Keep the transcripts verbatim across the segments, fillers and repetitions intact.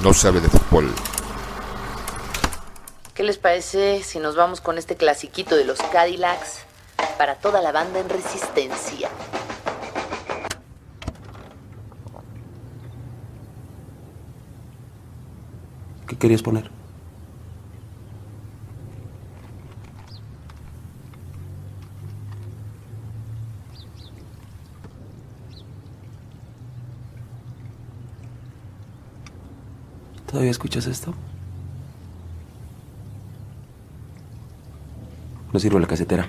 no sabe de fútbol. ¿Qué les parece si nos vamos con este clasiquito de los Cadillacs para toda la banda en resistencia? ¿Qué querías poner? ¿Todavía escuchas esto? No sirve la casetera.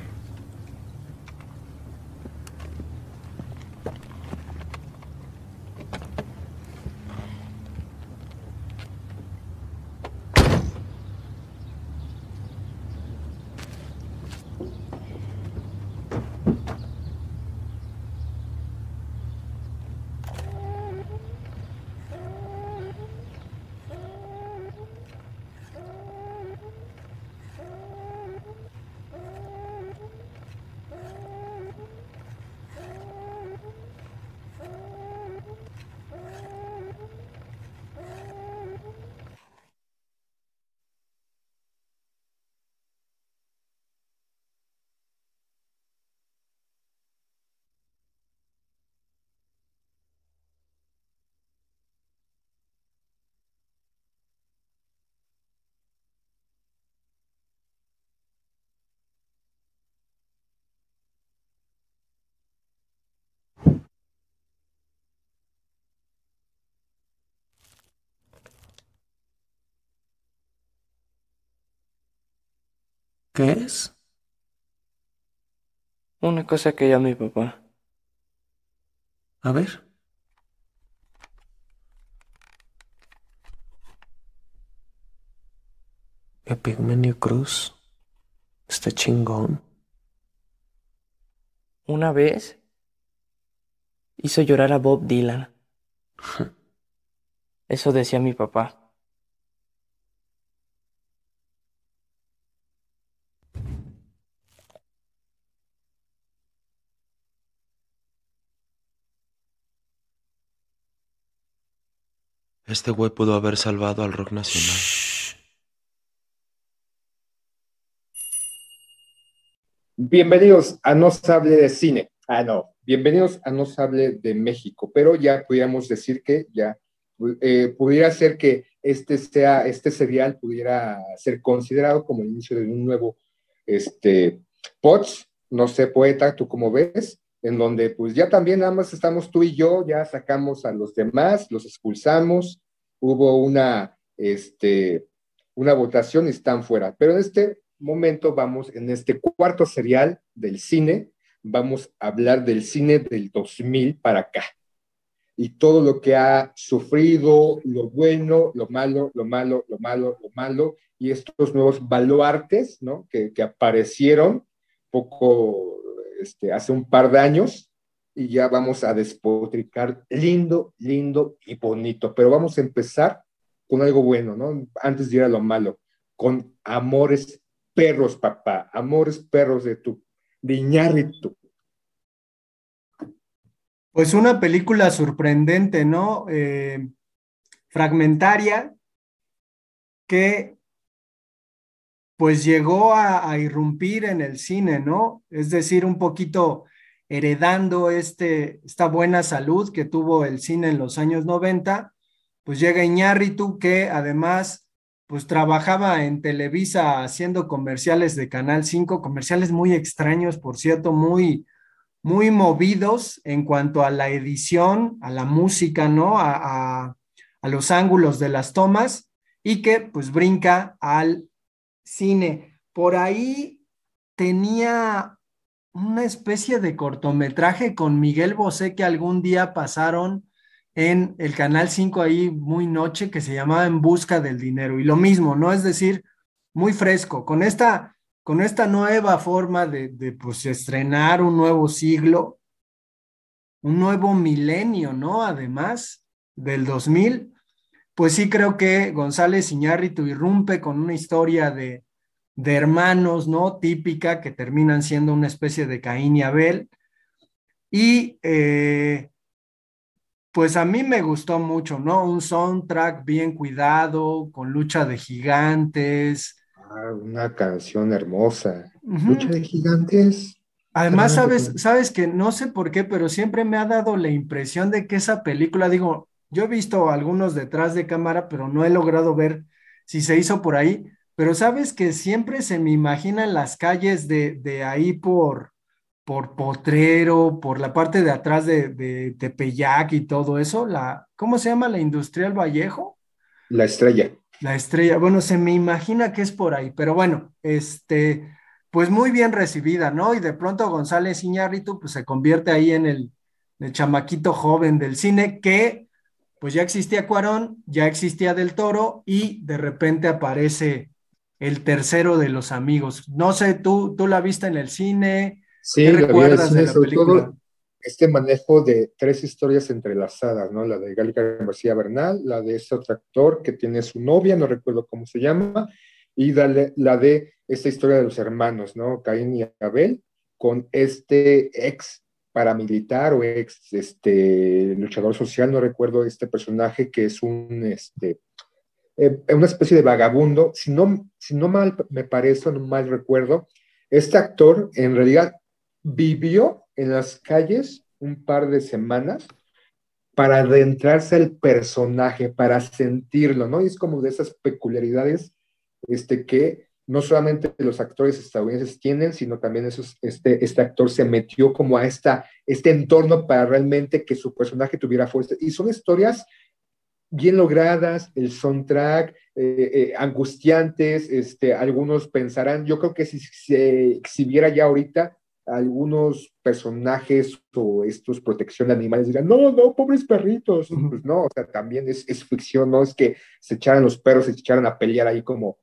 ¿Qué es? Una cosa que llama mi papá. A ver. Epigmenio Cruz. Está chingón. Una vez hizo llorar a Bob Dylan. Eso decía mi papá. Este güey pudo haber salvado al rock nacional. Bienvenidos a No se hable de cine. Ah, no. Bienvenidos a No se hable de México. Pero ya podríamos decir que ya eh, pudiera ser que este sea, este serial pudiera ser considerado como el inicio de un nuevo este, Pods. No sé, poeta, ¿tú cómo ves? En donde pues ya también nada más estamos tú y yo, ya sacamos a los demás, los expulsamos, hubo una, este, una votación y están fuera. Pero en este momento vamos, en este cuarto serial del cine, vamos a hablar del cine del dos mil para acá. Y todo lo que ha sufrido, lo bueno, lo malo, lo malo, lo malo, lo malo, y estos nuevos baluartes, ¿no? Que, que aparecieron poco, este, hace un par de años, y ya vamos a despotricar lindo, lindo y bonito. Pero vamos a empezar con algo bueno, ¿no? Antes de ir a lo malo, con Amores Perros, papá, Amores Perros de tu, de Iñárritu. Pues una película sorprendente, ¿no? Eh, fragmentaria, que pues llegó a, a irrumpir en el cine, ¿no? Es decir, un poquito heredando este, esta buena salud que tuvo el cine en los años noventa, pues llega Iñárritu, que además pues trabajaba en Televisa haciendo comerciales de Canal cinco, comerciales muy extraños, por cierto, muy muy movidos en cuanto a la edición, a la música, ¿no? A, a, a los ángulos de las tomas, y que pues brinca al cine. Por ahí tenía una especie de cortometraje con Miguel Bosé que algún día pasaron en el Canal cinco ahí muy noche, que se llamaba En busca del dinero, y lo mismo, ¿no? Es decir, muy fresco, con esta con esta nueva forma de, de pues, estrenar un nuevo siglo, un nuevo milenio, ¿no? Además del dos mil, pues sí creo que González Iñárritu irrumpe con una historia de, de hermanos, ¿no? Típica, que terminan siendo una especie de Caín y Abel, y eh, pues a mí me gustó mucho, ¿no? Un soundtrack bien cuidado, con lucha de gigantes. Ah, una canción hermosa. Lucha Ujú. de gigantes. Además, Caray, sabes, pues, sabes que no sé por qué, pero siempre me ha dado la impresión de que esa película, digo, yo he visto algunos detrás de cámara, pero no he logrado ver si se hizo por ahí, pero sabes que siempre se me imaginan las calles de, de ahí por, por Potrero, por la parte de atrás de, de Tepeyac y todo eso, la, ¿cómo se llama? La Industrial Vallejo. la estrella. La estrella, bueno, se me imagina que es por ahí, pero bueno, este, pues muy bien recibida, ¿no? Y de pronto González Iñárritu, pues se convierte ahí en el, el chamaquito joven del cine que, pues ya existía Cuarón, ya existía Del Toro y de repente aparece el tercero de los amigos. No sé, ¿tú, tú la viste en el cine? ¿Qué Sí, la vi en el recuerdas de cine, la sobre película? todo este manejo de tres historias entrelazadas, ¿no? La de Gael García Bernal, la de ese otro actor que tiene su novia, no recuerdo cómo se llama, y dale- la de esta historia de los hermanos, ¿no? Caín y Abel, con este ex paramilitar o ex este, luchador social, no recuerdo este personaje que es un, este, eh, una especie de vagabundo, si no, si no mal me parece, no mal recuerdo, este actor en realidad vivió en las calles un par de semanas para adentrarse al personaje, para sentirlo, ¿no? Y es como de esas peculiaridades este, que no solamente los actores estadounidenses tienen, sino también esos, este, este actor se metió como a esta, este entorno para realmente que su personaje tuviera fuerza. Y son historias bien logradas, el soundtrack, eh, eh, angustiantes, este, algunos pensarán, yo creo que si se exhibiera ya ahorita, algunos personajes o estos protección de animales dirán, no, no, pobres perritos, Ujú. pues no, o sea, también es, es ficción, no es que se echaran los perros, se echaran a pelear ahí como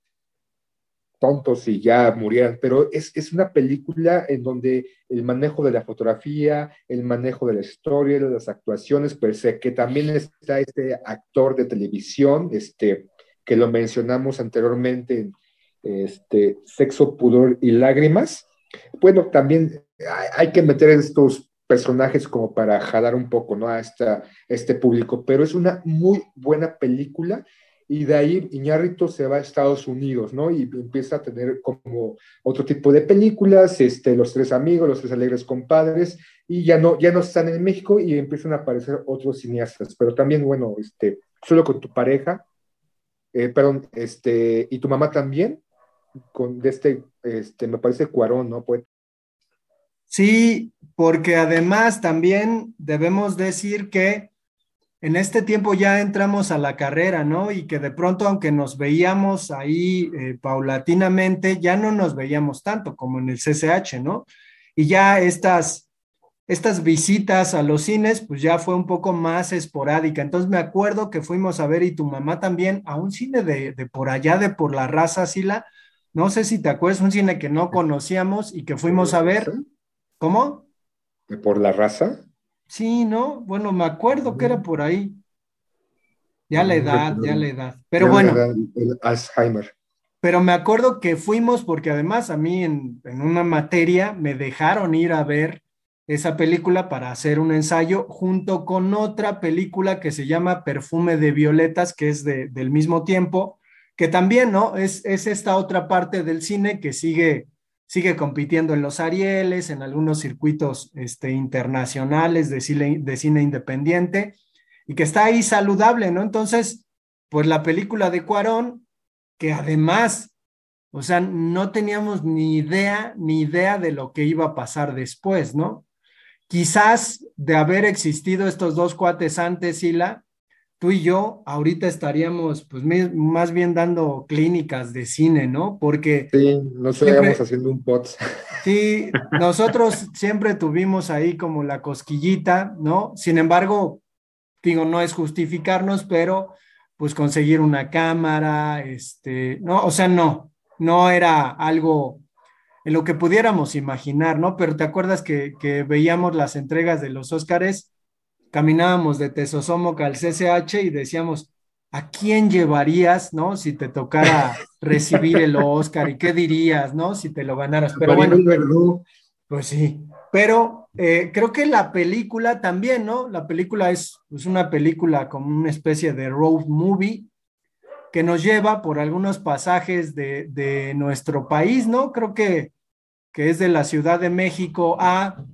tontos y ya murieran, pero es, es una película en donde el manejo de la fotografía, el manejo de la historia, de las actuaciones, pues sé que también está este actor de televisión, este, que lo mencionamos anteriormente, este, Sexo, Pudor y Lágrimas. Bueno, también hay, hay que meter estos personajes como para jalar un poco, ¿no? A esta, este público, pero es una muy buena película y de ahí Iñárritu se va a Estados Unidos, ¿no? Y empieza a tener como otro tipo de películas, este, Los Tres Amigos, Los Tres Alegres Compadres, y ya no, ya no están en México y empiezan a aparecer otros cineastas, pero también, bueno, este, Solo con tu pareja, eh, perdón, este, y tu mamá también, con de este, este, me parece Cuarón, ¿no? Pues, Sí, porque además también debemos decir que en este tiempo ya entramos a la carrera, ¿no? Y que de pronto, aunque nos veíamos ahí eh, paulatinamente, ya no nos veíamos tanto como en el C C H, ¿no? Y ya estas, estas visitas a los cines, pues ya fue un poco más esporádica. Entonces me acuerdo que fuimos a ver, y tu mamá también, a un cine de, de por allá, de por la raza, Sila. No sé si te acuerdas, un cine que no conocíamos y que por fuimos la a raza, ver. ¿Cómo? por la raza, Sí, ¿no? Bueno, me acuerdo que era no, por ahí. Ya la no edad, ya recuerdo, la edad. Pero ya le da bueno, el Alzheimer. pero me acuerdo que fuimos porque además a mí en, en una materia me dejaron ir a ver esa película para hacer un ensayo junto con otra película que se llama Perfume de Violetas, que es de, del mismo tiempo, que también, ¿no? Es, es esta otra parte del cine que sigue, sigue compitiendo en los Arieles, en algunos circuitos este, internacionales de cine, de cine independiente y que está ahí saludable, ¿no? Entonces, pues la película de Cuarón, que además, o sea, no teníamos ni idea, ni idea de lo que iba a pasar después, ¿no? Quizás de haber existido estos dos cuates antes, Sila, tú y yo ahorita estaríamos pues más bien dando clínicas de cine, ¿no? Porque Sí, nos íbamos siempre, haciendo un pot. sí, nosotros siempre tuvimos ahí como la cosquillita, ¿no? Sin embargo, digo, no es justificarnos, pero pues conseguir una cámara, este, no, o sea, no, no era algo en lo que pudiéramos imaginar, ¿no? Pero te acuerdas que, que veíamos las entregas de los Óscares, caminábamos de Tesosomoca al C C H y decíamos, ¿a quién llevarías, no? Si te tocara recibir el Óscar y qué dirías, ¿no? Si te lo ganaras. Pero Maribel bueno, Verdú, pues sí, pero eh, creo que la película también, ¿no? La película es, es una película como una especie de road movie que nos lleva por algunos pasajes de, de nuestro país, ¿no? Creo que, que es de la Ciudad de México a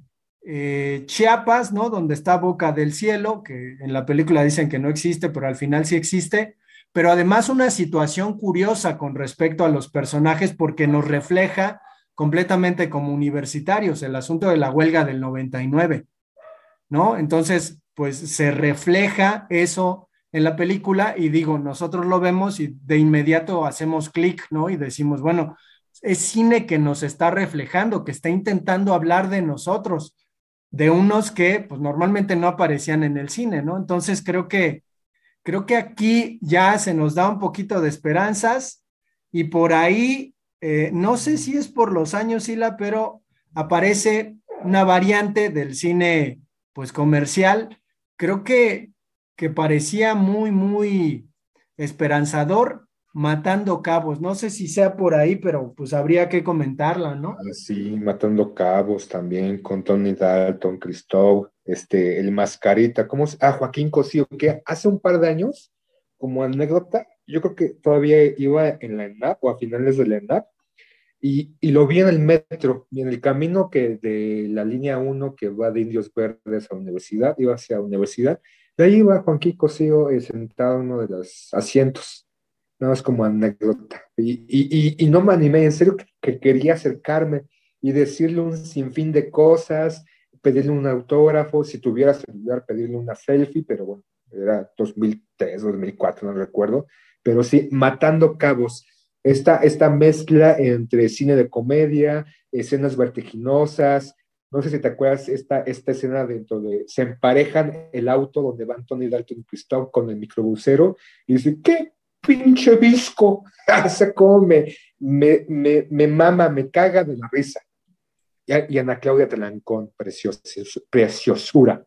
eh, Chiapas, ¿no? Donde está Boca del Cielo, que en la película dicen que no existe, pero al final sí existe, pero además una situación curiosa con respecto a los personajes porque nos refleja completamente como universitarios el asunto de la huelga del noventa y nueve, ¿no? Entonces, pues se refleja eso en la película y digo, nosotros lo vemos y de inmediato hacemos clic, ¿no? Y decimos, bueno, es cine que nos está reflejando, que está intentando hablar de nosotros, de unos que pues normalmente no aparecían en el cine, ¿no? Entonces creo que, creo que aquí ya se nos da un poquito de esperanzas y por ahí, eh, no sé si es por los años, Sila, pero aparece una variante del cine pues comercial, creo que, que parecía muy, muy esperanzador, Matando Cabos. No sé si sea por ahí, pero pues habría que comentarla, ¿no? Sí, Matando Cabos también, con Tony Dalton, Christoph, este, el Mascarita, ¿cómo se? Ah, Joaquín Cosío, que hace un par de años, como anécdota, yo creo que todavía iba en la ENAP o a finales de la ENAP, y, y lo vi en el metro, y en el camino que de la línea uno que va de Indios Verdes a Universidad, iba hacia Universidad, de ahí iba Joaquín Cosío eh, sentado en uno de los asientos, nada más como anécdota. Y, y, y, y no me animé, en serio que, que quería acercarme y decirle un sinfín de cosas, pedirle un autógrafo, si tuviera celular, pedirle una selfie, pero bueno, era dos mil tres, dos mil cuatro, no recuerdo, pero sí, Matando Cabos, esta, esta mezcla entre cine de comedia, escenas vertiginosas, no sé si te acuerdas esta, esta escena dentro de, se emparejan el auto donde van Tony Dalton y Christoph con el microbusero, y dice, ¿qué pinche visco? Se come, me, me, me mama, me caga de la risa. Y, y Ana Claudia Talancón, precios, preciosura.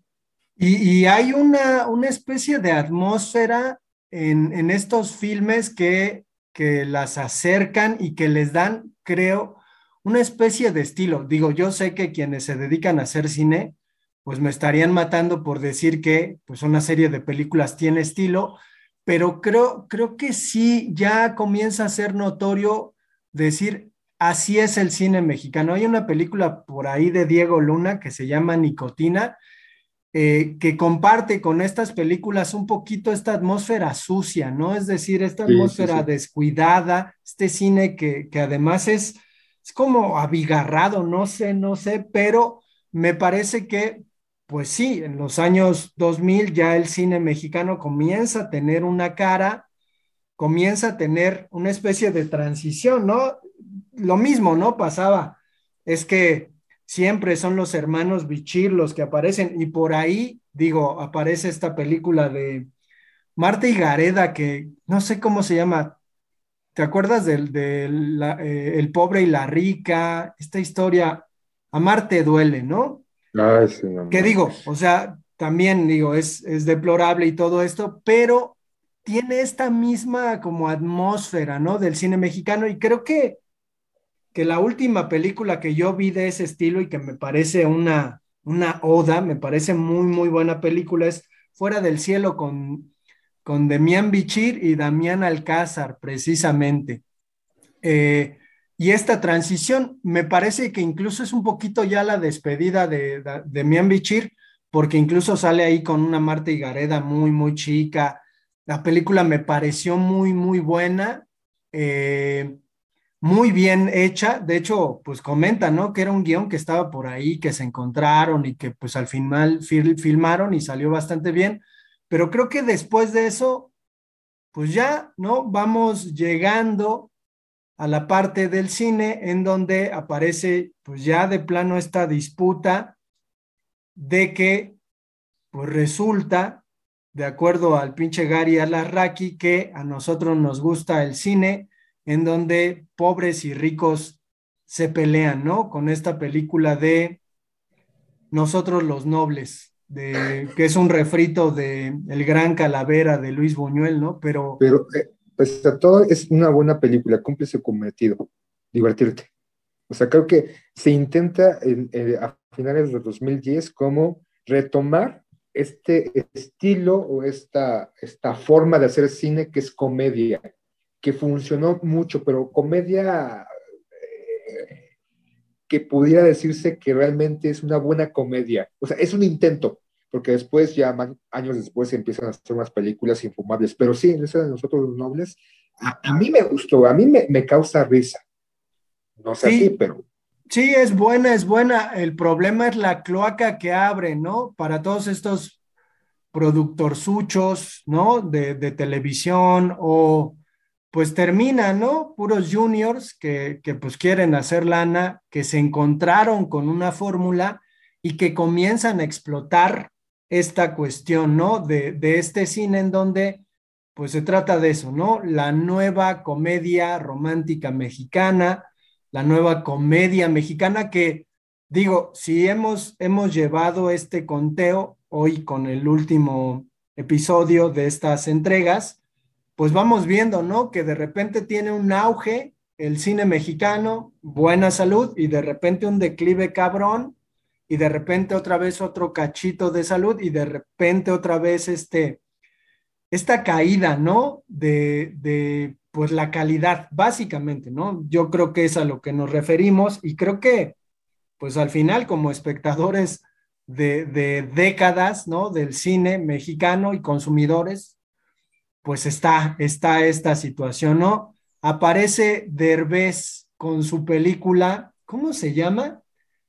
Y, y hay una, una especie de atmósfera en, en estos filmes que, que las acercan y que les dan, creo, una especie de estilo. Digo, yo sé que quienes se dedican a hacer cine, pues me estarían matando por decir que pues una serie de películas tiene estilo, pero creo, creo que sí ya comienza a ser notorio decir, así es el cine mexicano. Hay una película por ahí de Diego Luna que se llama Nicotina, eh, que comparte con estas películas un poquito esta atmósfera sucia, ¿no? Es decir, esta Sí, sí, atmósfera sí. descuidada, este cine que, que además es, es como abigarrado, no sé, no sé, pero me parece que, pues sí, en los años dos mil ya el cine mexicano comienza a tener una cara, comienza a tener una especie de transición, ¿no? Lo mismo, ¿no? Pasaba, es que siempre son los hermanos Bichir los que aparecen y por ahí, digo, aparece esta película de Marta y Gareda que no sé cómo se llama. ¿Te acuerdas del, del la, eh, El pobre y la rica? Esta historia, Amarte duele, ¿no? Ay, sí, no ¿Qué digo? manches. O sea, también digo, es, es deplorable y todo esto, pero tiene esta misma como atmósfera, ¿no? Del cine mexicano y creo que, que la última película que yo vi de ese estilo y que me parece una, una oda, me parece muy, muy buena película es Fuera del Cielo con, con Demián Bichir y Damián Alcázar, precisamente. Eh, y esta transición me parece que incluso es un poquito ya la despedida de, de, de Mian Bichir, porque incluso sale ahí con una Marta Higareda muy, muy chica. La película me pareció muy, muy buena, eh, muy bien hecha. De hecho, pues comenta, ¿no? Que era un guión que estaba por ahí, que se encontraron y que pues al final fil filmaron y salió bastante bien. Pero creo que después de eso, pues ya, ¿no? Vamos llegando a la parte del cine en donde aparece pues ya de plano esta disputa de que pues resulta, de acuerdo al pinche Gary Alarraqui, que a nosotros nos gusta el cine en donde pobres y ricos se pelean, ¿no? Con esta película de Nosotros los Nobles, de, que es un refrito de El Gran Calavera de Luis Buñuel, ¿no? Pero Pero, eh, pues a todo es una buena película, cumple su cometido, divertirte. O sea, creo que se intenta, eh, eh, finales de dos mil diez, como retomar este estilo o esta, esta forma de hacer cine que es comedia, que funcionó mucho, pero comedia eh, que pudiera decirse que realmente es una buena comedia. O sea, es un intento, porque después, ya man, años después, se empiezan a hacer unas películas infumables. Pero sí, en esa de Nosotros los Nobles, a, a mí me gustó, a mí me, me causa risa. No sé Sí, así, pero... sí, es buena, es buena. El problema es la cloaca que abre, ¿no? Para todos estos productorzuchos, ¿no? De, de televisión o pues termina, ¿no? Puros juniors que, que pues quieren hacer lana, que se encontraron con una fórmula y que comienzan a explotar esta cuestión, ¿no? De, de este cine en donde pues se trata de eso, ¿no? La nueva comedia romántica mexicana, la nueva comedia mexicana que, digo, si hemos, hemos llevado este conteo hoy con el último episodio de estas entregas, pues vamos viendo, ¿no? Que de repente tiene un auge el cine mexicano, buena salud, y de repente un declive cabrón, y de repente otra vez otro cachito de salud, y de repente otra vez este, esta caída, ¿no? De, de, pues la calidad, básicamente, ¿no? Yo creo que es a lo que nos referimos, y creo que, pues al final, como espectadores de, de décadas, ¿no? Del cine mexicano y consumidores, pues está, está esta situación, ¿no? Aparece Derbez con su película, ¿cómo se llama?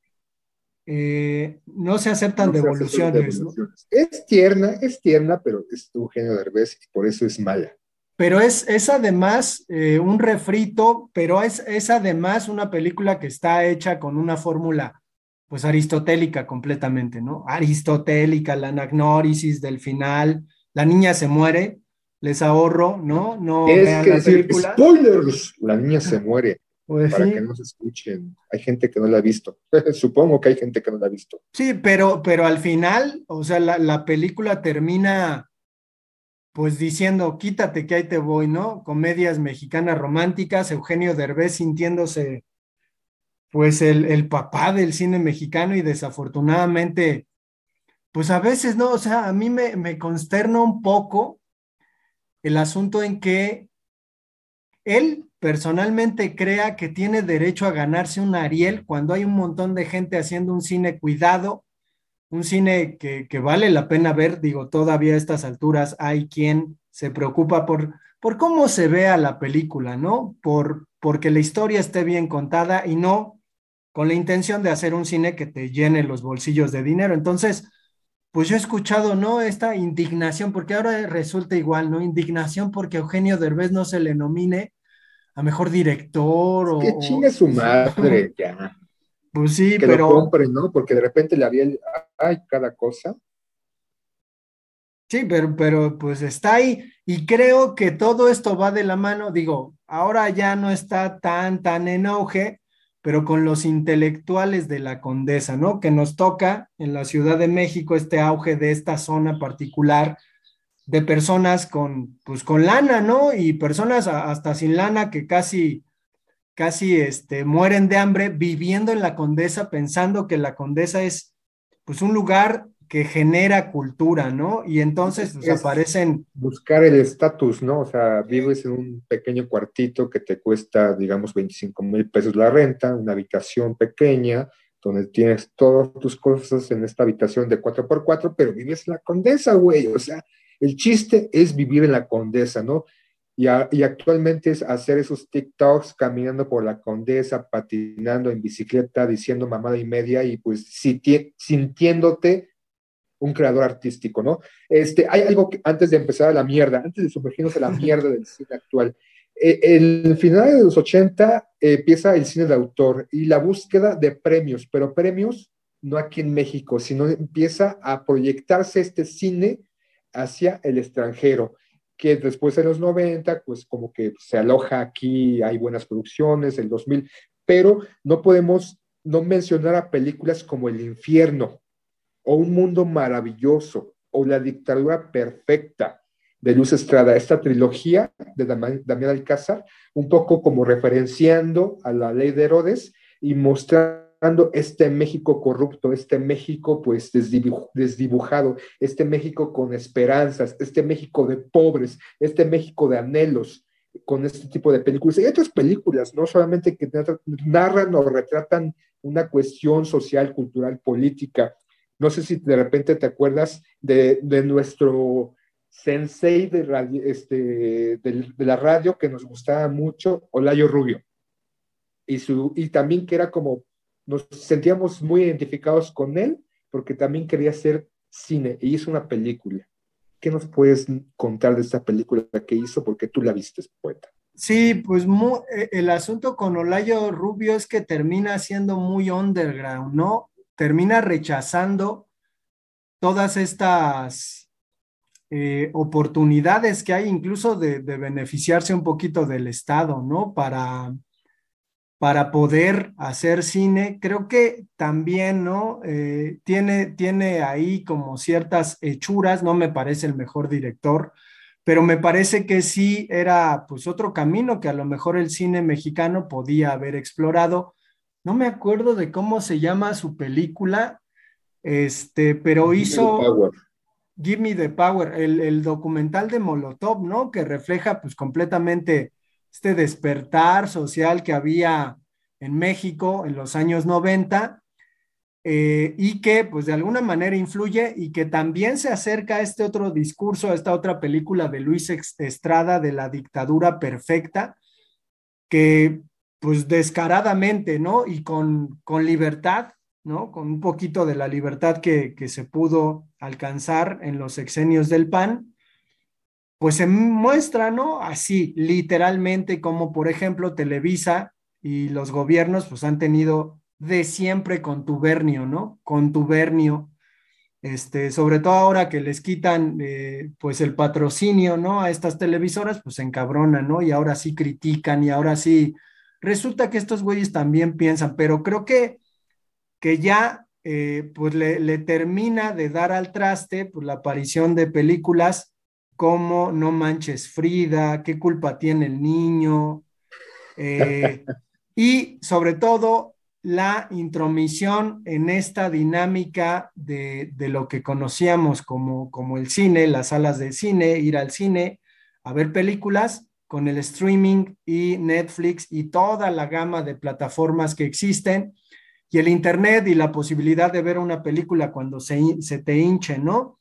Eh, no se aceptan No se hace devoluciones, ¿no? devoluciones. Es tierna, es tierna, pero es Eugenio Derbez y por eso es mala. Pero es, es además eh, un refrito, pero es, es además una película que está hecha con una fórmula, pues aristotélica completamente, ¿no? Aristotélica, la anagnórisis del final, la niña se muere, les ahorro, ¿no? No Tienes vean que la decir, película. spoilers, la niña se muere, Pues para sí, que no se escuchen. Hay gente que no la ha visto. Supongo que hay gente que no la ha visto. sí, pero, pero al final, o sea, la, la película termina pues diciendo, quítate que ahí te voy, ¿no? Comedias mexicanas románticas, Eugenio Derbez sintiéndose pues el, el papá del cine mexicano y desafortunadamente, pues a veces, ¿no? O sea, a mí me, me consterna un poco el asunto en que él personalmente crea que tiene derecho a ganarse un Ariel cuando hay un montón de gente haciendo un cine cuidado, un cine que, que vale la pena ver. Digo, todavía a estas alturas hay quien se preocupa por, por cómo se vea la película, ¿no? Por, porque la historia esté bien contada y no con la intención de hacer un cine que te llene los bolsillos de dinero. Entonces, pues yo he escuchado, ¿no? Esta indignación, porque ahora resulta igual, ¿no? Indignación porque a Eugenio Derbez no se le nomine a mejor director o, Que o chingue su madre, ya. pues sí, Que lo pero compren, ¿no? Porque de repente le había, el- ay, cada cosa. sí, pero, pero pues está ahí y creo que todo esto va de la mano, digo, ahora ya no está tan, tan en auge, pero con los intelectuales de la Condesa, ¿no? Que nos toca en la Ciudad de México este auge de esta zona particular de personas con, pues con lana, ¿no? Y personas a- hasta sin lana que casi, casi, este, mueren de hambre viviendo en la Condesa pensando que la Condesa es, pues, un lugar que genera cultura, ¿no? Y entonces, pues, Es aparecen, buscar el estatus, ¿no? O sea, vives en un pequeño cuartito que te cuesta, digamos, veinticinco mil pesos la renta, una habitación pequeña, donde tienes todas tus cosas en esta habitación de cuatro por cuatro, pero vives en la Condesa, güey. O sea, el chiste es vivir en la Condesa, ¿no? Y, a- y actualmente es hacer esos TikToks caminando por la Condesa, patinando en bicicleta, diciendo mamada y media y pues siti- sintiéndote un creador artístico, ¿no? Este, hay algo que antes de empezar a la mierda, antes de sumergirnos a la mierda del cine actual. Eh, el final de los ochenta eh, empieza el cine de autor y la búsqueda de premios, pero premios no aquí en México, sino empieza a proyectarse este cine hacia el extranjero, que después de los noventa, pues como que se aloja aquí, hay buenas producciones, el dos mil, pero no podemos no mencionar a películas como El Infierno, o Un Mundo Maravilloso, o La Dictadura Perfecta, de Luz Estrada, esta trilogía de Damián Alcázar, un poco como referenciando a La Ley de Herodes y mostrando mostrando este México corrupto, este México pues desdibuj, desdibujado, este México con esperanzas, este México de pobres, este México de anhelos, con este tipo de películas. Y hay otras películas, no solamente que narran o retratan una cuestión social, cultural, política. No sé si de repente te acuerdas de, de nuestro sensei de, radio, este, de, de la radio que nos gustaba mucho, Olayo Rubio. Y, su, y también que era como, nos sentíamos muy identificados con él, porque también quería hacer cine, y hizo una película. ¿Qué nos puedes contar de esta película que hizo? Porque tú la viste, poeta. Sí, pues muy, el asunto con Olayo Rubio es que termina siendo muy underground, ¿no? Termina rechazando todas estas eh, oportunidades que hay incluso de, de beneficiarse un poquito del Estado, ¿no? Para, para poder hacer cine. Creo que también, ¿no? Eh, tiene, tiene ahí como ciertas hechuras, no me parece el mejor director, pero me parece que sí era pues otro camino que a lo mejor el cine mexicano podía haber explorado. No me acuerdo de cómo se llama su película, este, pero Give hizo Me the Power. Give Me the Power, el, el documental de Molotov, ¿no? Que refleja pues completamente este despertar social que había en México en los años noventa, eh, y que pues de alguna manera influye y que también se acerca a este otro discurso, a esta otra película de Luis Estrada de la dictadura perfecta, que pues descaradamente, ¿no? Y con, con libertad, ¿no? Con un poquito de la libertad que, que se pudo alcanzar en los sexenios del P A N, pues se muestra, ¿no? Así, literalmente, como por ejemplo Televisa y los gobiernos pues han tenido de siempre contubernio, ¿no? Contubernio, este, sobre todo ahora que les quitan eh, pues el patrocinio, ¿no? A estas televisoras, pues se encabronan, ¿no? Y ahora sí critican y ahora sí, resulta que estos güeyes también piensan, pero creo que, que ya eh, pues le, le termina de dar al traste pues la aparición de películas como No Manches Frida, ¿Qué culpa tiene el niño? Eh, y sobre todo la intromisión en esta dinámica de, de lo que conocíamos como, como el cine, las salas de cine, ir al cine a ver películas con el streaming y Netflix y toda la gama de plataformas que existen y el internet y la posibilidad de ver una película cuando se, se te hinche, ¿no?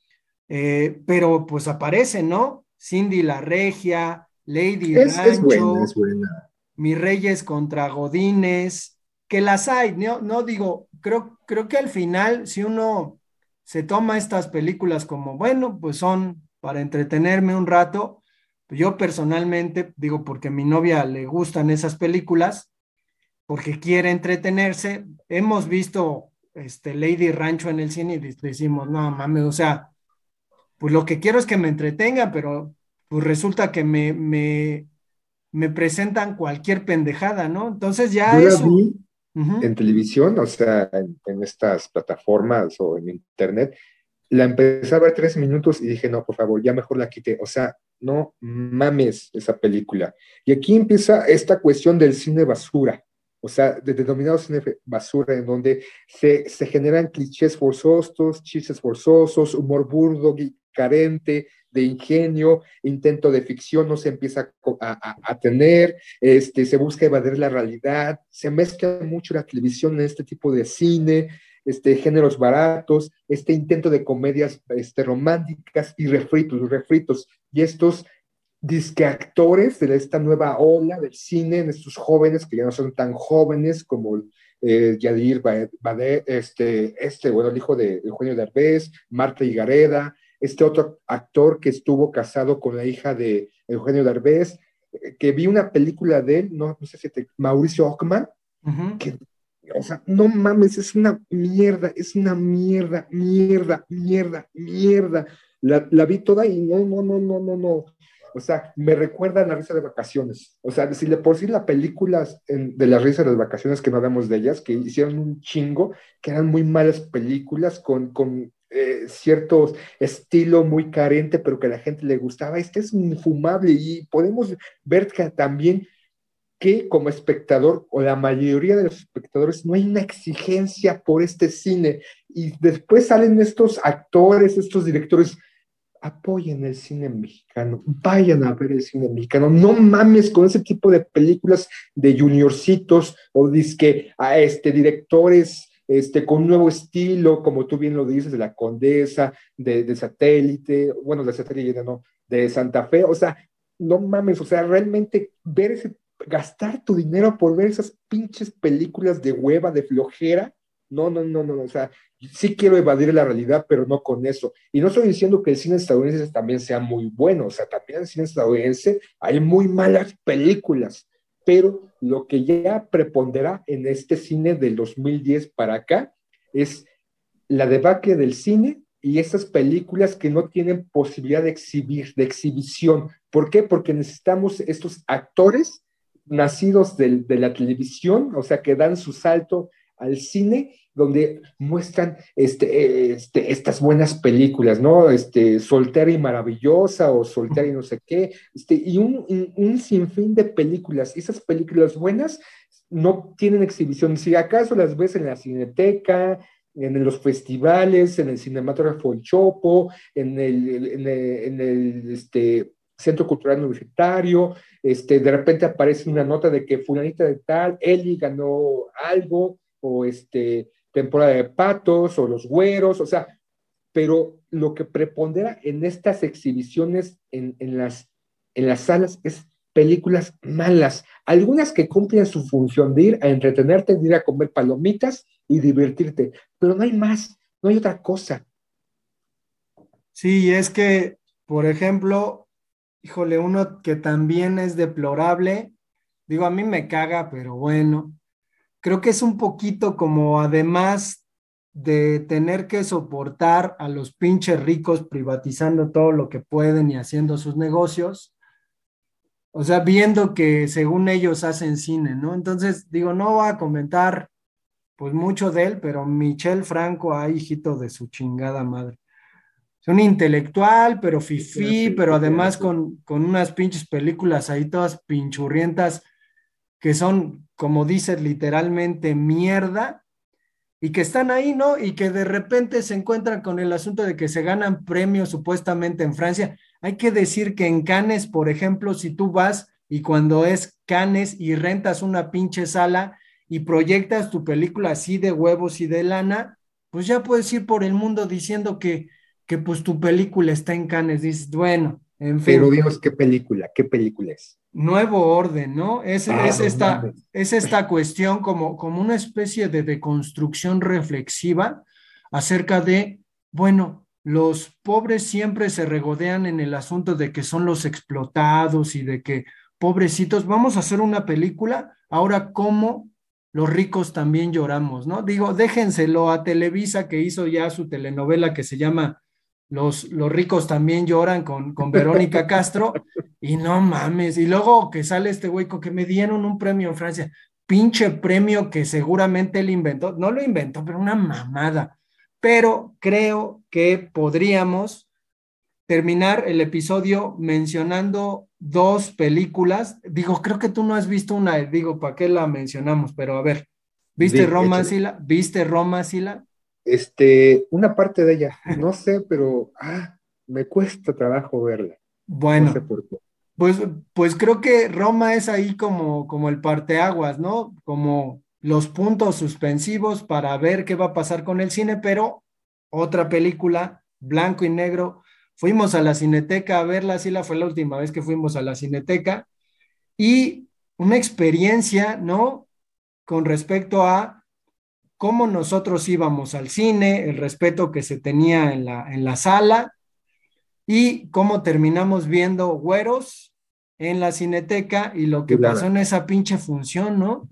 Eh, pero pues aparece, ¿no? Cindy la Regia, Lady Es, es buena, es Rancho, buena. Mis Reyes contra Godines, que las hay, ¿no? No digo, creo, creo que al final, si uno se toma estas películas como, bueno, pues son para entretenerme un rato, yo personalmente, digo, porque a mi novia le gustan esas películas, porque quiere entretenerse, hemos visto este, Lady Rancho en el cine y decimos, no mames, o sea, pues lo que quiero es que me entretenga, pero pues resulta que me, me, me presentan cualquier pendejada, ¿no? Entonces ya Yo la eso. vi en Uh-huh. televisión, o sea, en, en estas plataformas o en internet, la empecé a ver tres minutos y dije, no, por favor, ya mejor la quité. O sea, no mames esa película. Y aquí empieza esta cuestión del cine basura, o sea, de denominado cine basura, en donde se, se generan clichés forzosos, chistes forzosos, humor burdo y carente de ingenio, intento de ficción no se empieza a, a, a tener, este, se busca evadir la realidad, se mezcla mucho la televisión en este tipo de cine, este, géneros baratos, este intento de comedias este, románticas y refritos, refritos, y estos disque actores de esta nueva ola del cine, en estos jóvenes que ya no son tan jóvenes como eh, Yadir Bade, este, este, bueno, el hijo de Eugenio Derbez, Marta Higareda, este otro actor que estuvo casado con la hija de Eugenio Derbez, eh, que vi una película de él, no, no sé si te, Mauricio Ockman, Uh-huh. que, o sea, no mames, es una mierda, es una mierda, mierda, mierda, mierda. La, la vi toda y no, no, no, no, no, no. O sea, me recuerda a La Risa de Vacaciones. O sea, si de por sí las películas en, de La Risa de las Vacaciones, que no hablamos de ellas, que hicieron un chingo, que eran muy malas películas con, con eh, cierto estilo muy carente, pero que a la gente le gustaba. Este es infumable y podemos ver que también que como espectador, o la mayoría de los espectadores, no hay una exigencia por este cine. Y después salen estos actores, estos directores, apoyen el cine mexicano, vayan a ver el cine mexicano, no mames con ese tipo de películas de juniorcitos, o disque a este, directores este, con un nuevo estilo, como tú bien lo dices, de La Condesa, de, de Satélite, bueno, de Satélite no, de Santa Fe, o sea, no mames, o sea, realmente ver ese, gastar tu dinero por ver esas pinches películas de hueva, de flojera, no, no, no, no, o sea, sí quiero evadir la realidad, pero no con eso. Y no estoy diciendo que el cine estadounidense también sea muy bueno, o sea, también el cine estadounidense hay muy malas películas, pero lo que ya prepondera en este cine del dos mil diez para acá es la debacle del cine y esas películas que no tienen posibilidad de exhibir, de exhibición. ¿Por qué? Porque necesitamos estos actores nacidos de, de la televisión, o sea, que dan su salto al cine, donde muestran este, este, estas buenas películas, ¿no? Este, Soltera y Maravillosa, o Soltera y no sé qué, este, y un, un, un sinfín de películas. Y esas películas buenas no tienen exhibición. Si acaso las ves en la Cineteca, en los festivales, en el Cinematógrafo El Chopo, en el, en el, en el este, Centro Cultural Universitario, este, de repente aparece una nota de que fulanita de tal, Eli ganó algo, o este, temporada de patos, o los güeros, o sea, pero lo que prepondera en estas exhibiciones en, en, las, en las salas es películas malas, algunas que cumplen su función de ir a entretenerte, de ir a comer palomitas y divertirte, pero no hay más, no hay otra cosa. Sí, es que, por ejemplo, híjole, uno que también es deplorable, digo, a mí me caga, pero bueno, creo que es un poquito como además de tener que soportar a los pinches ricos privatizando todo lo que pueden y haciendo sus negocios, o sea, viendo que según ellos hacen cine, ¿no? Entonces, digo, no voy a comentar pues mucho de él, pero Michel Franco, ay, hijito de su chingada madre. Es un intelectual, pero fifí, pero además con, con unas pinches películas ahí todas pinchurrientas que son, como dices, literalmente mierda, y que están ahí, ¿no? Y que de repente se encuentran con el asunto de que se ganan premios supuestamente en Francia. Hay que decir que en Cannes, por ejemplo, si tú vas y cuando es Cannes y rentas una pinche sala y proyectas tu película así de huevos y de lana, pues ya puedes ir por el mundo diciendo que, que pues tu película está en Cannes. Dices, bueno, en Pero fin. dinos qué película, qué película es. Nuevo orden, ¿no? Es, Ah, es, no esta, mames. es esta cuestión como, como una especie de deconstrucción reflexiva acerca de, bueno, los pobres siempre se regodean en el asunto de que son los explotados y de que, pobrecitos, vamos a hacer una película, ahora cómo los ricos también lloramos, ¿no? Digo, déjenselo a Televisa, que hizo ya su telenovela que se llama Los, los ricos también lloran con, con Verónica Castro. Y no mames, y luego que sale este güey con que me dieron un premio en Francia, pinche premio que seguramente él inventó, no lo inventó, pero una mamada. Pero creo que podríamos terminar el episodio mencionando dos películas. Digo, creo que tú no has visto una, digo, ¿para qué la mencionamos? Pero a ver, ¿viste Di, Roma, échale. Sila? ¿Viste Roma, Sila? Este, una parte de ella, no sé, pero ah, me cuesta trabajo verla, no sé Bueno, por qué. Pues, pues creo que Roma es ahí como, como el parteaguas, ¿no? Como los puntos suspensivos para ver qué va a pasar con el cine, pero otra película, blanco y negro. Fuimos a la Cineteca a verla, sí, la fue la última vez que fuimos a la Cineteca, y una experiencia, ¿no? Con respecto a cómo nosotros íbamos al cine, el respeto que se tenía en la, en la sala y cómo terminamos viendo Güeros en la Cineteca y lo que pasó Chulada. en esa pinche función, ¿no?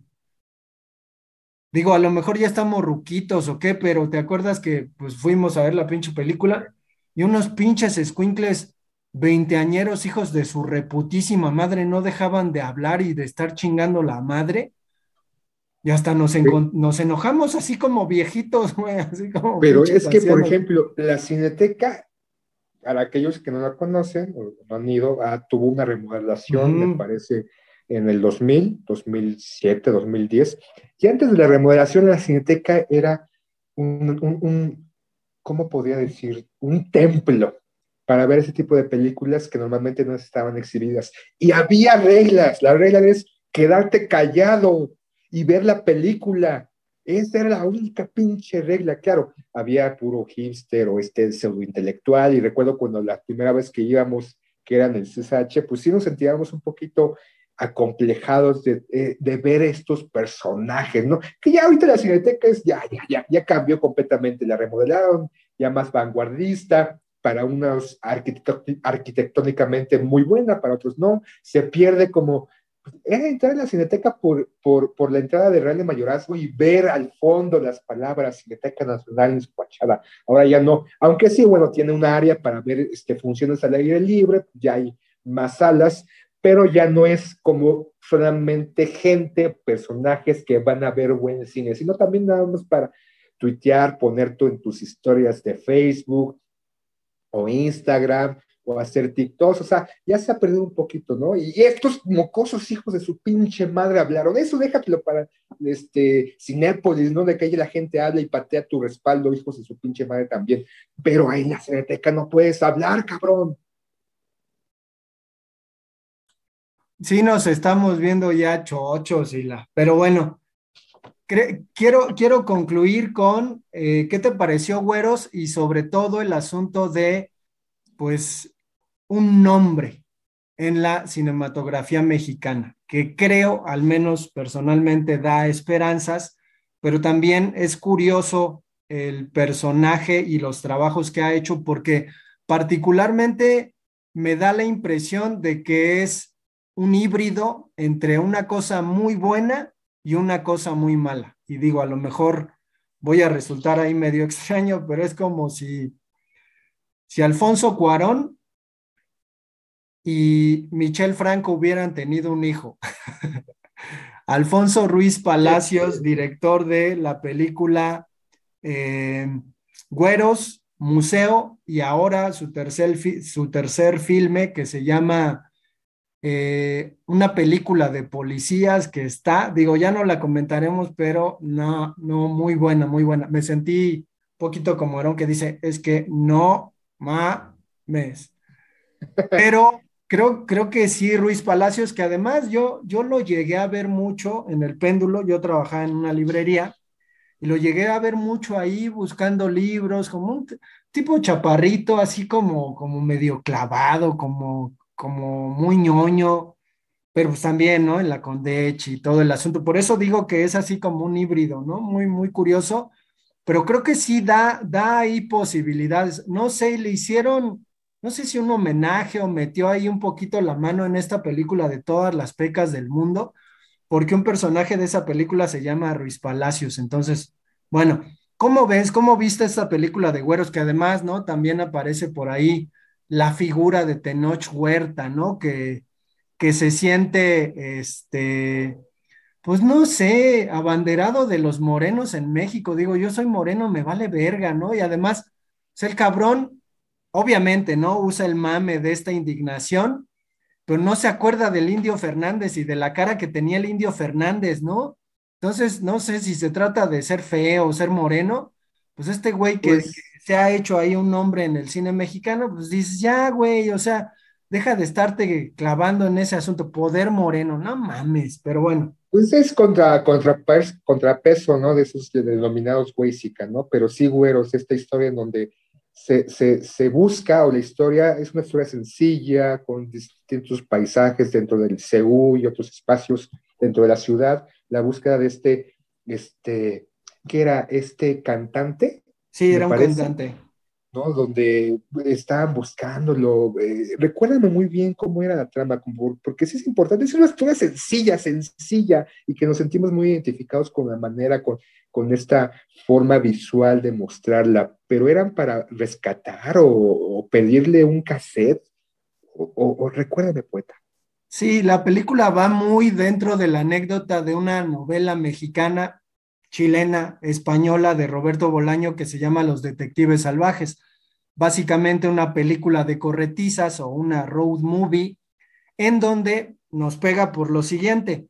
Digo, a lo mejor ya estamos ruquitos o qué, pero ¿te acuerdas que pues fuimos a ver la pinche película y unos pinches escuincles veinteañeros hijos de su reputísima madre no dejaban de hablar y de estar chingando la madre? Y hasta nos, Pe- nos enojamos así como viejitos, güey, así como Pero pinches es que, por ancianos. ejemplo, la Cineteca, para aquellos que no la conocen o no han ido, ah, tuvo una remodelación, me Ujú. parece, en el dos mil, dos mil siete, dos mil diez, y antes de la remodelación la Cineteca era un, un, un ¿cómo podría decir? Un templo para ver ese tipo de películas que normalmente no estaban exhibidas. Y había reglas, la regla es quedarte callado y ver la película. Esa era la única pinche regla, claro. Había puro hipster o este pseudo intelectual, y recuerdo cuando la primera vez que íbamos, que era en el C S H, pues sí nos sentíamos un poquito acomplejados de, de, de ver estos personajes, ¿no? Que ya ahorita la Cineteca es, ya, ya, ya, ya cambió completamente, la remodelaron, ya más vanguardista, para unos arquitectónicamente muy buena, para otros no, se pierde como, era entrar en la Cineteca por, por, por la entrada de Real de Mayorazgo y ver al fondo las palabras Cineteca Nacional en su fachada. Ahora ya no, aunque sí, bueno, tiene un área para ver este, funciones al aire libre, ya hay más salas, pero ya no es como solamente gente, personajes que van a ver buen cine, sino también nada más para tuitear, poner tú en tus historias de Facebook o Instagram, o hacer TikToks, o sea, ya se ha perdido un poquito, ¿no? Y estos mocosos hijos de su pinche madre hablaron, eso déjatelo para este, Cinépolis, ¿no? De que ahí la gente habla y patea tu respaldo, hijos de su pinche madre también, pero ahí en la Cineteca no puedes hablar, cabrón. Sí, nos estamos viendo ya chochos, y la, pero bueno, quiero, quiero concluir con eh, ¿qué te pareció, Güeros? Y sobre todo el asunto de, pues, un nombre en la cinematografía mexicana, que creo, al menos personalmente, da esperanzas, pero también es curioso el personaje y los trabajos que ha hecho, porque particularmente me da la impresión de que es un híbrido entre una cosa muy buena y una cosa muy mala. Y digo, a lo mejor voy a resultar ahí medio extraño, pero es como si, si Alfonso Cuarón y Michel Franco hubieran tenido un hijo. Alfonso Ruiz Palacios, director de la película eh, Güeros, Museo, y ahora su tercer, su tercer filme que se llama eh, una película de policías que está, digo, ya no la comentaremos, pero no, no, muy buena, muy buena. Me sentí un poquito como Herón, que dice, es que no mames. Pero creo, creo que sí, Ruiz Palacios, que además yo, yo lo llegué a ver mucho en el Péndulo, yo trabajaba en una librería, y lo llegué a ver mucho ahí buscando libros, como un t- tipo chaparrito, así como, como medio clavado, como, como muy ñoño, pero pues también, ¿no? En la Condech y todo el asunto. Por eso digo que es así como un híbrido, ¿no? Muy, muy curioso, pero creo que sí da, da ahí posibilidades. No sé, le hicieron, no sé si un homenaje o metió ahí un poquito la mano en esta película de todas las pecas del mundo, porque un personaje de esa película se llama Ruiz Palacios. Entonces, bueno, ¿cómo ves? ¿Cómo viste esta película de Güeros? Que además, ¿no? También aparece por ahí la figura de Tenoch Huerta, ¿no? Que, que se siente, este, pues no sé, abanderado de los morenos en México. Digo, yo soy moreno, me vale verga, ¿no? Y además, es el cabrón, obviamente, ¿no? Usa el mame de esta indignación, pero no se acuerda del Indio Fernández y de la cara que tenía el Indio Fernández, ¿no? Entonces, no sé si se trata de ser feo o ser moreno, pues este güey que, que Pues, se ha hecho ahí un nombre en el cine mexicano, pues dices, ya, güey, o sea, deja de estarte clavando en ese asunto, poder moreno, no mames, pero bueno. pues es contra, contra, contrapeso, ¿no? De esos denominados Huaysica, ¿no? Pero sí, güeros, esta historia en donde se, se, se busca, o la historia es una historia sencilla, con distintos paisajes dentro del C U y otros espacios dentro de la ciudad, la búsqueda de este, este, ¿qué era? Este cantante, Sí, me era un parece, cantante. ¿no? Donde estaban buscándolo. Eh, recuérdame muy bien cómo era la trama, como, porque sí es importante, es una historia sencilla, sencilla, y que nos sentimos muy identificados con la manera, con, con esta forma visual de mostrarla, pero eran para rescatar o, o pedirle un cassette, o, o, o recuérdame, poeta. Sí, la película va muy dentro de la anécdota de una novela mexicana, chilena, española de Roberto Bolaño que se llama Los Detectives Salvajes. Básicamente una película de corretizas o una road movie en donde nos pega por lo siguiente.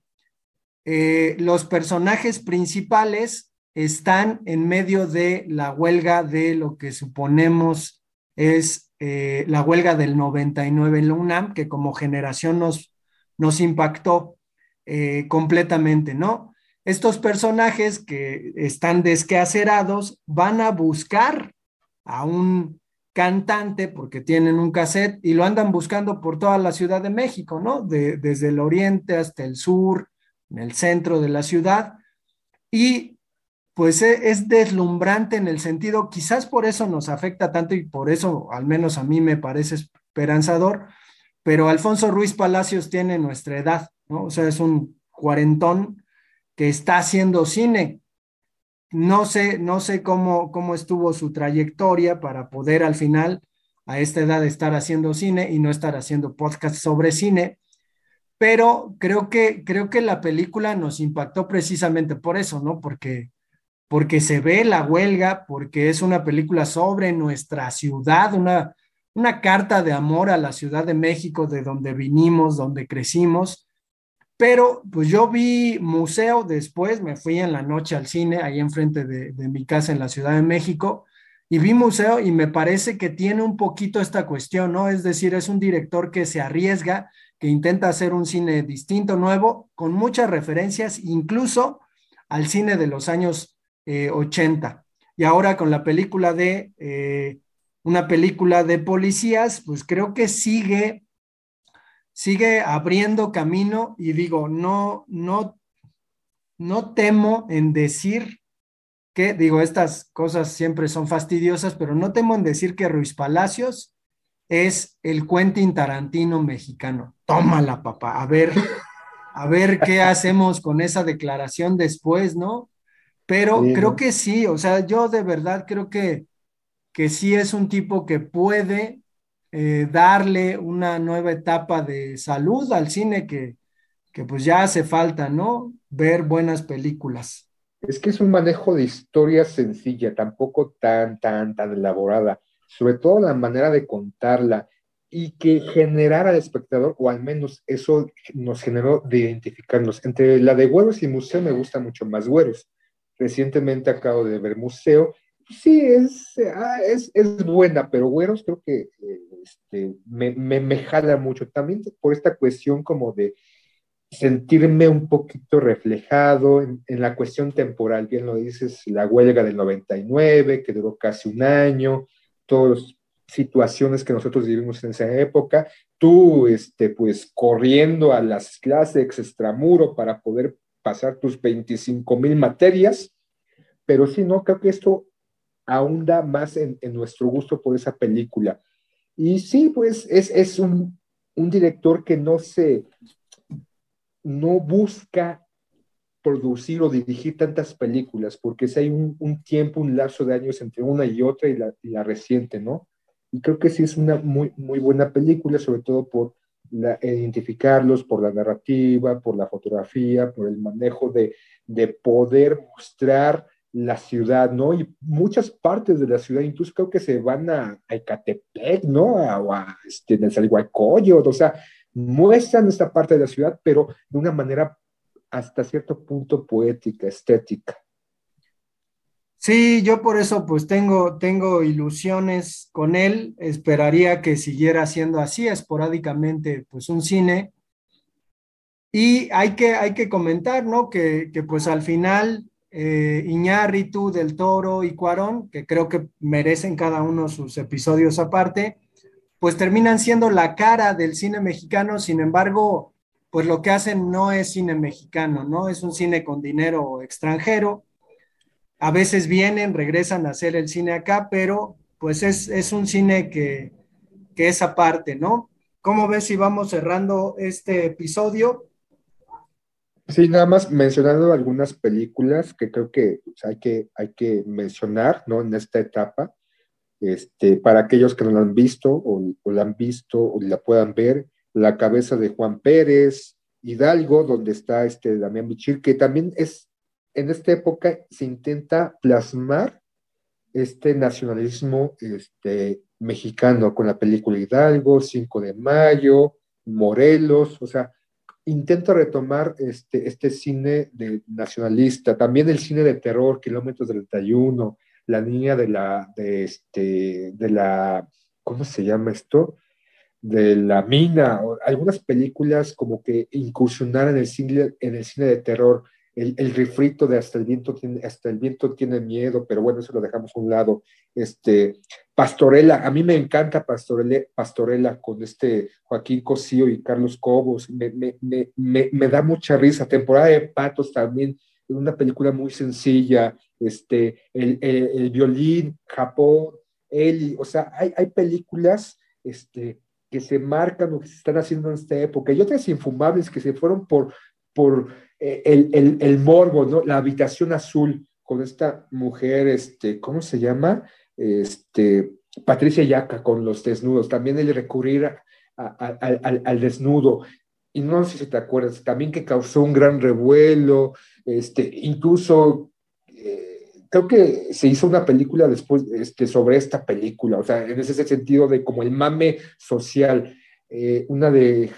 Eh, los personajes principales están en medio de la huelga de lo que suponemos es eh, la huelga del noventa y nueve en la UNAM, que como generación nos, nos impactó eh, completamente, ¿no? Estos personajes que están desquacerados van a buscar a un cantante porque tienen un cassette y lo andan buscando por toda la Ciudad de México, ¿no? De, desde el oriente hasta el sur, en el centro de la ciudad, y pues es deslumbrante en el sentido, quizás por eso nos afecta tanto y por eso al menos a mí me parece esperanzador, pero Alfonso Ruiz Palacios tiene nuestra edad, ¿no? O sea, es un cuarentón que está haciendo cine. No sé, no sé cómo, cómo estuvo su trayectoria para poder al final a esta edad estar haciendo cine y no estar haciendo podcast sobre cine, pero creo que, creo que la película nos impactó precisamente por eso, ¿no? Porque, porque se ve la huelga, porque es una película sobre nuestra ciudad, una, una carta de amor a la Ciudad de México, de donde vinimos, donde crecimos. Pero pues yo vi Museo después, me fui en la noche al cine, ahí enfrente de, de mi casa en la Ciudad de México, y vi Museo y me parece que tiene un poquito esta cuestión, ¿no? Es decir, es un director que se arriesga, que intenta hacer un cine distinto, nuevo, con muchas referencias, incluso al cine de los años eh, ochenta. Y ahora con la película de, eh, una película de policías, pues creo que sigue sigue abriendo camino y digo, no, no, no temo en decir que, digo, estas cosas siempre son fastidiosas, pero no temo en decir que Ruiz Palacios es el Quentin Tarantino mexicano. Tómala, papá, a ver, a ver qué hacemos con esa declaración después, ¿no? Pero Sí, creo ¿no? que sí, o sea, yo de verdad creo que, que sí es un tipo que puede eh, darle una nueva etapa de salud al cine que, que pues ya hace falta, ¿no? Ver buenas películas. Es que es un manejo de historia sencilla, tampoco tan, tan, tan elaborada, sobre todo la manera de contarla y que generara al espectador, o al menos eso nos generó de identificarnos. Entre la de Güeros y Museo me gusta mucho más Güeros. Recientemente acabo de ver Museo. Sí, es, ah, es, es buena, pero Güeros creo que eh, este, me, me, me jala mucho. También por esta cuestión como de sentirme un poquito reflejado en, en la cuestión temporal, bien lo dices, la huelga del noventa y nueve, que duró casi un año, todas las situaciones que nosotros vivimos en esa época, tú, este, pues, corriendo a las clases extramuro para poder pasar tus veinticinco mil materias, pero sí, no, creo que esto ahonda más en, en nuestro gusto por esa película. Y sí, pues, es, es un, un director que no se no busca producir o dirigir tantas películas, porque si hay un, un, tiempo, un lapso de años entre una y otra y la, y la reciente, ¿no? Y creo que sí es una muy, muy buena película, sobre todo por la, identificarlos, por la narrativa, por la fotografía, por el manejo de, de poder mostrar la ciudad, ¿no? Y muchas partes de la ciudad, incluso creo que se van a, a Ecatepec, ¿no? A, a este, Nezahualcóyotl, o sea, muestran esta parte de la ciudad, pero de una manera hasta cierto punto poética, estética. Sí, yo por eso pues tengo, tengo ilusiones con él, esperaría que siguiera siendo así, esporádicamente pues un cine. Y hay que, hay que comentar, ¿no? Que, que pues al final eh, Iñárritu, Del Toro y Cuarón, que creo que merecen cada uno sus episodios aparte, pues terminan siendo la cara del cine mexicano. Sin embargo, pues lo que hacen no es cine mexicano, ¿no? Es un cine con dinero extranjero. A veces vienen, regresan a hacer el cine acá, pero pues es, es un cine que, que es aparte, ¿no? ¿Cómo ves si vamos cerrando este episodio? Sí, nada más mencionando algunas películas que creo que pues, hay que hay que mencionar, ¿no? En esta etapa, este, para aquellos que no la han visto o, o la han visto o la puedan ver, La cabeza de Juan Pérez, Hidalgo, donde está este Damián Bichir, que también es, en esta época se intenta plasmar este nacionalismo este, mexicano con la película Hidalgo, cinco de mayo, Morelos, o sea, intento retomar este, este cine de, nacionalista, también el cine de terror, Kilómetros treinta y uno, La niña de la, de este, de la, ¿cómo se llama esto? De la mina, o algunas películas como que incursionar en el cine, en el cine de terror, el, el refrito de hasta el viento tiene, hasta el viento tiene miedo, pero bueno, eso lo dejamos a un lado. Este, Pastorela, a mí me encanta Pastorela, Pastorela con este Joaquín Cosío y Carlos Cobos, me, me, me, me, me da mucha risa. Temporada de Patos también, una película muy sencilla, este, el, el, el violín, Japón, Eli, o sea, hay, hay películas, este, que se marcan o que se están haciendo en esta época, y otras infumables que se fueron por, por eh, el, el, el morbo, ¿no? La habitación azul, con esta mujer, este, ¿cómo se llama? Este, Patricia Yaca, con los desnudos, también el recurrir a, a, a, al, al desnudo, y no sé si te acuerdas, también que causó un gran revuelo, este, incluso... Eh, creo que se hizo una película después este, sobre esta película, o sea, en ese sentido de como el mame social, eh, una de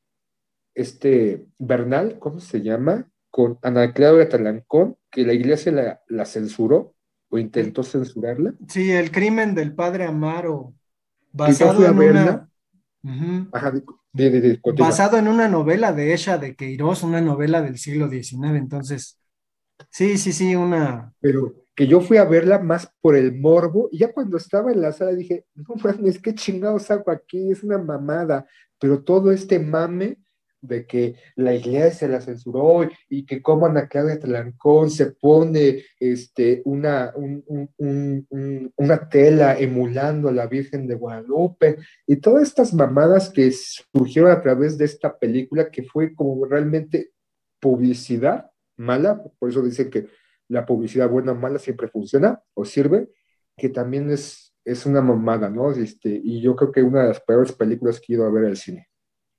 este Bernal, ¿cómo se llama? Con Ana Claudia Talancón, que la iglesia la, la censuró o intentó censurarla. Sí, El crimen del padre Amaro, Que yo basado fui a en verla. una, ujú, Ajá, de, de, de, continúa. basado en una novela de Esha de Queiroz, una novela del siglo diecinueve. Entonces, sí, sí, sí, una... Pero que yo fui a verla más por el morbo, y ya cuando estaba en la sala dije, no mames, qué chingados hago aquí, es una mamada, pero todo este mame de que la iglesia la censuró y que como Ana Claudia Talancón se pone este, una, un, un, un, un, una tela emulando a la Virgen de Guadalupe, y todas estas mamadas que surgieron a través de esta película, que fue como realmente publicidad mala, por eso dicen que la publicidad buena o mala siempre funciona o sirve, que también es, es una mamada, ¿no? Este, y yo creo que una de las peores películas que he ido a ver al cine.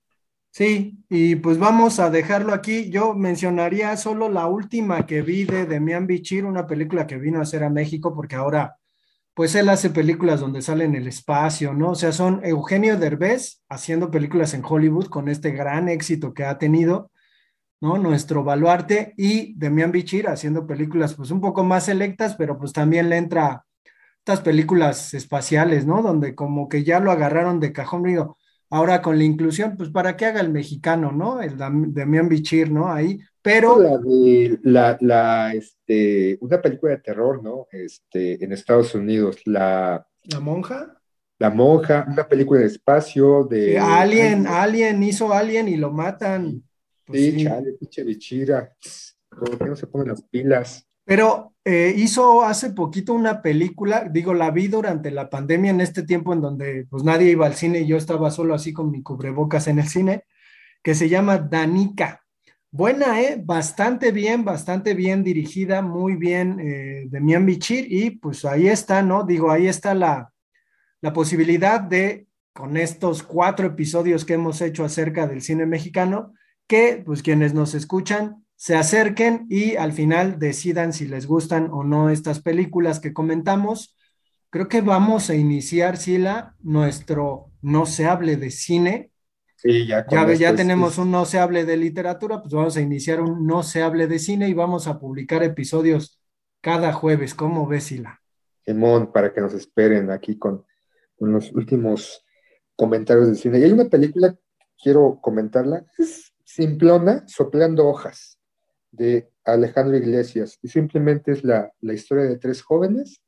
Sí, y pues vamos a dejarlo aquí. Yo mencionaría solo la última que vi de Demián Bichir, una película que vino a hacer a México, porque ahora, pues él hace películas donde sale en el espacio, ¿no? O sea, son Eugenio Derbez haciendo películas en Hollywood con este gran éxito que ha tenido, ¿no? Nuestro baluarte, y Demián Bichir haciendo películas pues un poco más selectas, pero pues también le entra estas películas espaciales, ¿no? Donde como que ya lo agarraron de cajón, digo, ahora con la inclusión, pues para que haga el mexicano, ¿no? El Dam- Demián Bichir, ¿no? Ahí, pero La de la, la, este, una película de terror, ¿no? Este, en Estados Unidos, la, la monja, la monja, una película de espacio, eh, de, ay, Alien, Alien hizo Alien y lo matan, pues sí, sí. chale, pinche bichira, ¿por qué no se ponen las pilas? Pero eh, hizo hace poquito una película, digo, la vi durante la pandemia, en este tiempo en donde pues nadie iba al cine y yo estaba solo así con mi cubrebocas en el cine, que se llama Danica. Buena, ¿eh? Bastante bien, bastante bien dirigida, muy bien eh, de Mian Bichir, y pues ahí está, ¿no? Digo, ahí está la, la posibilidad de, con estos cuatro episodios que hemos hecho acerca del cine mexicano, que pues quienes nos escuchan se acerquen y al final decidan si les gustan o no estas películas que comentamos. Creo que vamos a iniciar, Sila, nuestro No se hable de cine. Sí, ya Ya, con esto ya es, tenemos un es No se hable de literatura, pues vamos a iniciar un No se hable de cine y vamos a publicar episodios cada jueves. ¿Cómo ves, Sila? Simón, para que nos esperen aquí con, con los últimos comentarios del cine. Y hay una película, quiero comentarla, es simplona, Soplando hojas, de Alejandro Iglesias, y simplemente es la, la historia de tres jóvenes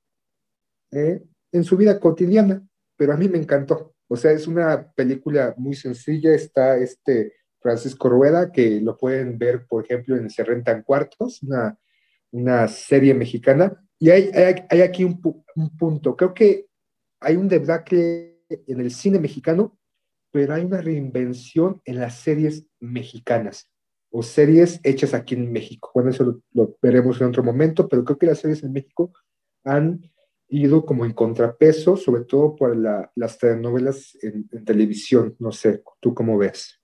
eh, en su vida cotidiana, pero a mí me encantó. O sea, es una película muy sencilla. Está este Francisco Rueda, que lo pueden ver, por ejemplo, en Se Rentan Cuartos, una, una serie mexicana. Y hay, hay, hay aquí un, un punto. Creo que hay un debacle en el cine mexicano, pero hay una reinvención en las series mexicanas o series hechas aquí en México. Bueno, eso lo, lo veremos en otro momento, pero creo que las series en México han ido como en contrapeso, sobre todo por la, las telenovelas en, en televisión. No sé, ¿tú cómo ves?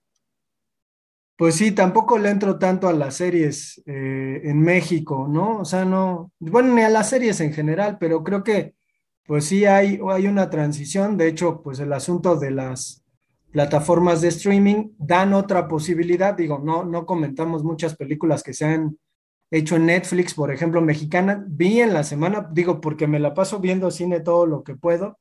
Pues sí, tampoco le entro tanto a las series eh, en México, ¿no? O sea, no, bueno, ni a las series en general, pero creo que pues sí hay, hay una transición. De hecho, pues el asunto de las plataformas de streaming dan otra posibilidad. Digo, no, no comentamos muchas películas que se han hecho en Netflix, por ejemplo, mexicana. Vi en la semana, digo, porque me la paso viendo cine todo lo que puedo,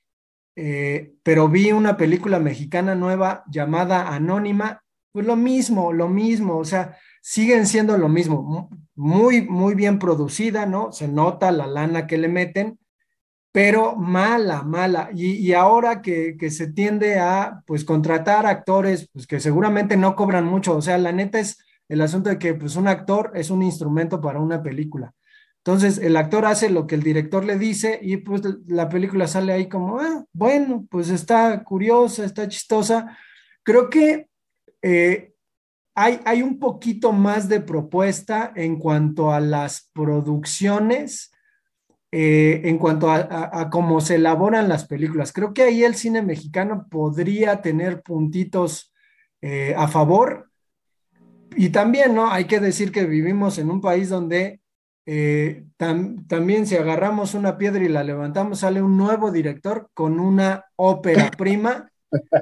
eh, pero vi una película mexicana nueva llamada Anónima. Pues lo mismo, lo mismo, o sea, siguen siendo lo mismo, muy, muy bien producida, ¿no? Se nota la lana que le meten, pero mala, mala. Y, y ahora que, que se tiende a, pues, contratar actores, pues, que seguramente no cobran mucho, o sea, la neta es el asunto de que, pues, un actor es un instrumento para una película. Entonces, el actor hace lo que el director le dice y, pues, la película sale ahí como, ah, bueno, pues, está curiosa, está chistosa. Creo que eh, hay, hay un poquito más de propuesta en cuanto a las producciones, Eh, en cuanto a, a, a cómo se elaboran las películas. Creo que ahí el cine mexicano podría tener puntitos eh, a favor. Y también, ¿no? Hay que decir que vivimos en un país donde eh, tam, también si agarramos una piedra y la levantamos, sale un nuevo director con una ópera prima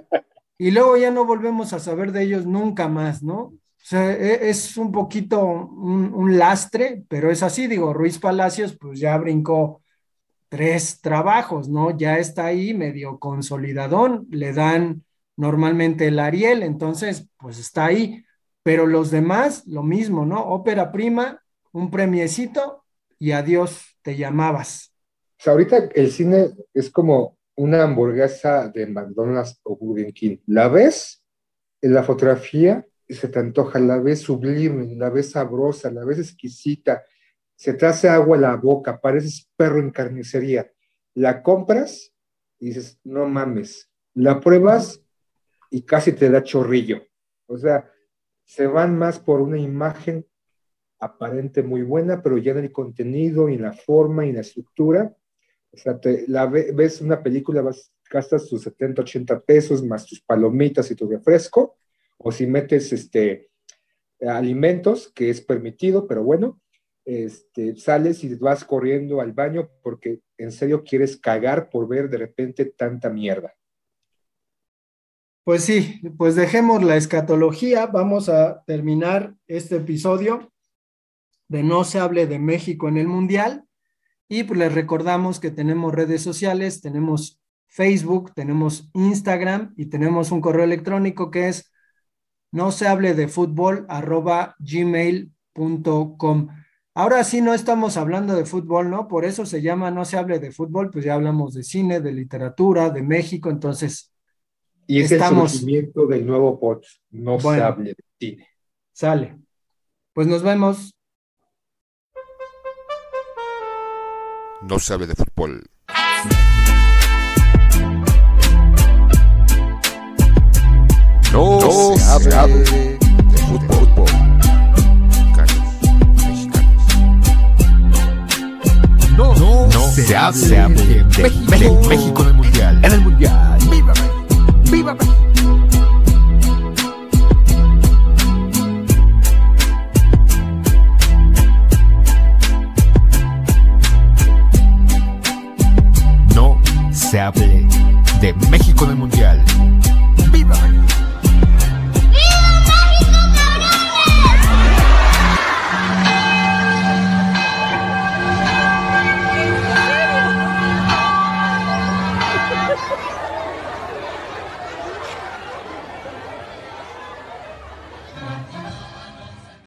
y luego ya no volvemos a saber de ellos nunca más, ¿no? O sea, es un poquito un, un lastre, pero es así, digo, Ruiz Palacios pues ya brincó tres trabajos, ¿no? Ya está ahí medio consolidadón, le dan normalmente el Ariel, entonces pues está ahí, pero los demás lo mismo, ¿no? Ópera prima, un premiecito y adiós, te llamabas. O sea, ahorita el cine es como una hamburguesa de McDonald's o Burger King. La ves en la fotografía y se te antoja, la ves sublime, la ves sabrosa, la ves exquisita, se te hace agua en la boca, pareces perro en carnicería. La compras y dices, no mames. La pruebas y casi te da chorrillo. O sea, se van más por una imagen aparente muy buena, pero ya en el contenido, y en la forma, y en la estructura. O sea, te, la ve, ves una película, vas, gastas tus setenta, ochenta pesos, más tus palomitas y tu refresco, o si metes este, alimentos, que es permitido, pero bueno, este, sales y vas corriendo al baño porque en serio quieres cagar por ver de repente tanta mierda. Pues sí, pues dejemos la escatología, vamos a terminar este episodio de No se hable de México en el Mundial, y pues les recordamos que tenemos redes sociales, tenemos Facebook, tenemos Instagram y tenemos un correo electrónico que es no se hable de fútbol arroba gmail punto com. Ahora sí no estamos hablando de fútbol, ¿no? Por eso se llama No se hable de fútbol, pues ya hablamos de cine, de literatura, de México, entonces y es estamos... el surgimiento del nuevo pod, No bueno, se hable de cine. Sale. Pues nos vemos. No se hable de fútbol. No, no se, hable se hable de fútbol. No, no, no se, se hable, se hable de, de México, de México en el Mundial. En el Mundial. ¡Viva México! ¡Viva México! No se hable de México en el Mundial. ¡Viva México!